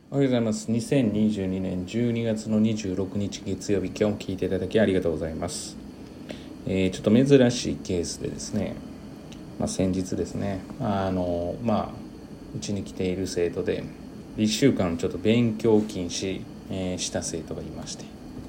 おはようございます。2022年12月の26日月曜日、今日も聞いていただきありがとうございます。ちょっと珍しいケースでですね、先日ですね、うちに来ている生徒で1週間ちょっと勉強禁止、した生徒がいまして、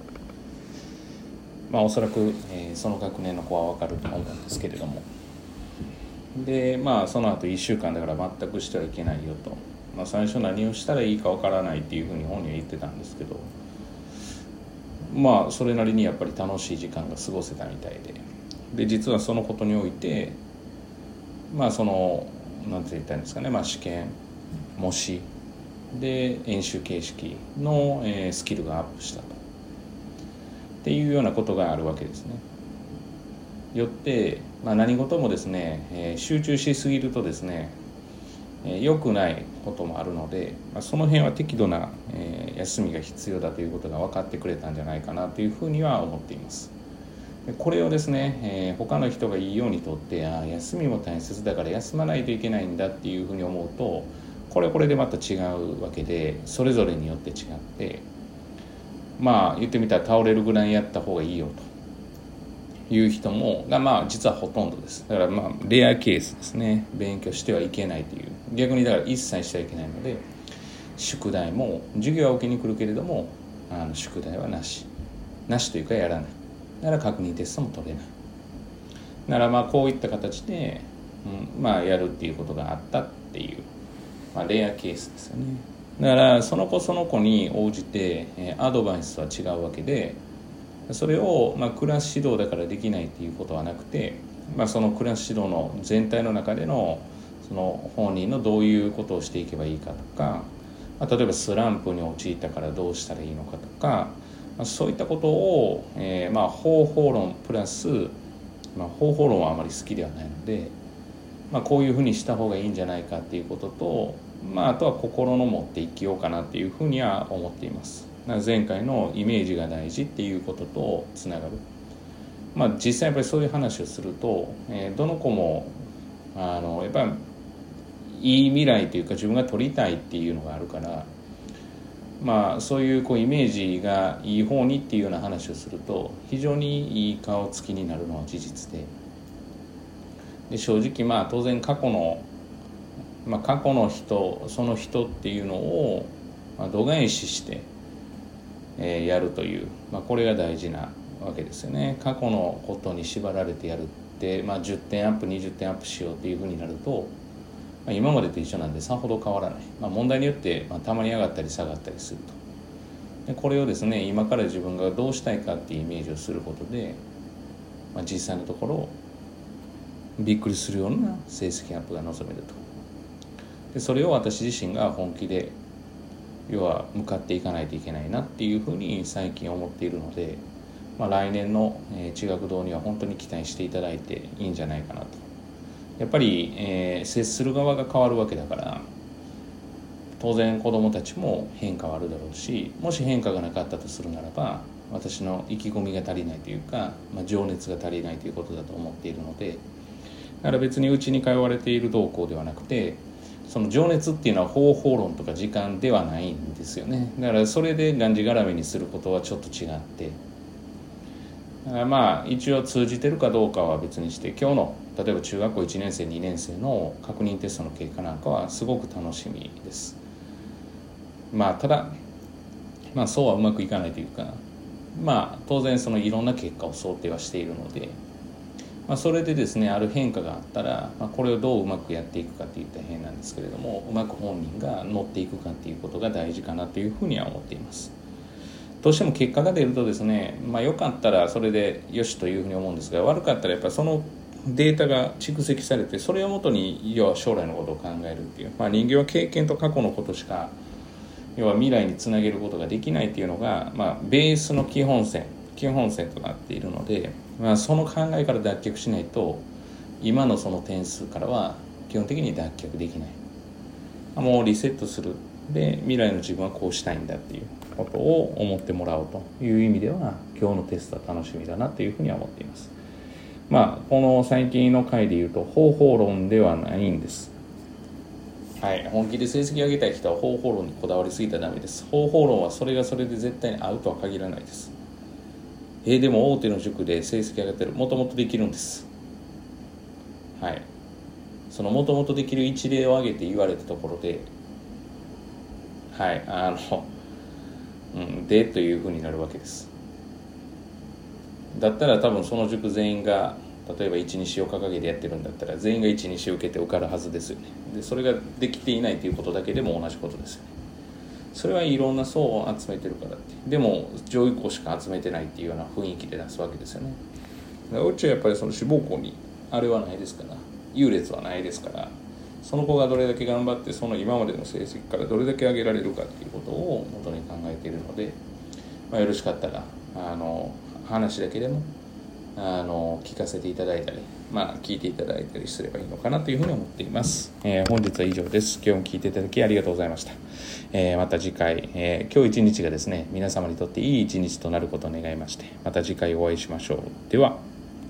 おそらく、その学年の子は分かると思うんですけれども、でその後1週間だから全くしてはいけないよと、最初何をしたらいいかわからないっていうふうに本人は言ってたんですけど、それなりにやっぱり楽しい時間が過ごせたみたいで、実はそのことにおいてそのなんて言ったんですかね、試験模試で演習形式の、スキルがアップしたとっていうようなことがあるわけですね。よって、何事もですね、集中しすぎるとですね、良くないこともあるので、その辺は適度な、休みが必要だということが分かってくれたんじゃないかなというふうには思っています。これをですね、他の人がいいようにとって休みも大切だから休まないといけないんだっていうふうに思うと、これでまた違うわけで、それぞれによって違って、言ってみたら倒れるぐらいやった方がいいよという人もが実はほとんどです。だからレアケースですね。勉強してはいけないという、逆にだから一切してはいけないので、宿題も授業は受けに来るけれども宿題はなしというかやらないなら確認テストも取れないならこういった形で、やるっていうことがあったっていう、レアケースですよね。だからその子に応じて、アドバイスは違うわけで、それを、クラス指導だからできないっていうことはなくて、そのクラス指導の全体の中でのその本人のどういうことをしていけばいいかとか、例えばスランプに陥ったからどうしたらいいのかとか、そういったことを、方法論プラス、方法論はあまり好きではないので、こういうふうにした方がいいんじゃないかっていうことと、あとは心の持っていきようかなっていうふうには思っています。前回のイメージが大事っていうこととつながる。実際やっぱりそういう話をすると、どの子もやっぱりいい未来というか自分が取りたいっていうのがあるから、そういうイメージがいい方にっていうような話をすると非常にいい顔つきになるのは事実で、正直当然過去の人、その人っていうのを度外視してやるという、これが大事なわけですよね。過去のことに縛られてやるって、10点アップ20点アップしようっていうふうになると、今までと一緒なんでさほど変わらない、問題によって、たまに上がったり下がったりすると。でこれをですね、今から自分がどうしたいかっていうイメージをすることで、実際のところびっくりするような成績アップが望めると。でそれを私自身が本気で要は向かっていかないといけないなっていうふうに最近思っているので、来年の地学堂には本当に期待していただいていいんじゃないかなと。やっぱり、接する側が変わるわけだから、当然子どもたちも変化はあるだろうし、もし変化がなかったとするならば私の意気込みが足りないというか、情熱が足りないということだと思っているので、だから別にうちに通われている同校ではなくて、その情熱っていうのは方法論とか時間ではないんですよね。だからそれでがんじがらめにすることはちょっと違って、だから一応通じてるかどうかは別にして、今日の例えば中学校1年生2年生の確認テストの結果なんかはすごく楽しみです。ただそうはうまくいかないというか、当然そのいろんな結果を想定はしているので、それでですね、ある変化があったら、これをどううまくやっていくかっていった変なんですけれども、うまく本人が乗っていくかっていうことが大事かなというふうには思っています。どうしても結果が出るとですね、良かったらそれでよしというふうに思うんですが、悪かったらやっぱりそのデータが蓄積されて、それをもとに要は将来のことを考えるっていう、人間は経験と過去のことしか要は未来につなげることができないっていうのが、ベースの基本線となっているので、その考えから脱却しないと今のその点数からは基本的に脱却できない。もうリセットする。で未来の自分はこうしたいんだっていうことを思ってもらおうという意味では、今日のテストは楽しみだなというふうには思っています。この最近の回でいうと方法論ではないんです。 はい、本気で成績上げたい人は方法論にこだわりすぎたらダメです。方法論はそれがそれで絶対に合うとは限らないです。でも大手の塾で成績上がってる、もともとできるんです。はい、そのもともとできる一例を挙げて言われたところで、はいでというふうになるわけです。だったら多分その塾全員が例えば1、2試を掲げてやってるんだったら全員が1、2試を受けて受かるはずですよね。でそれができていないということだけでも同じことですよね。それはいろんな層を集めてるからって、でも上位校しか集めてないっていうような雰囲気で出すわけですよね。うちはやっぱりその志望校にあれはないですから、優劣はないですから、その子がどれだけ頑張ってその今までの成績からどれだけ上げられるかっていうことを元に考えているので、よろしかったら話だけでも聞かせていただいたり、聞いていただいたりすればいいのかなというふうに思っています。本日は以上です。今日も聞いていただきありがとうございました。また次回、今日一日がですね皆様にとっていい一日となることを願いまして、また次回お会いしましょう。では。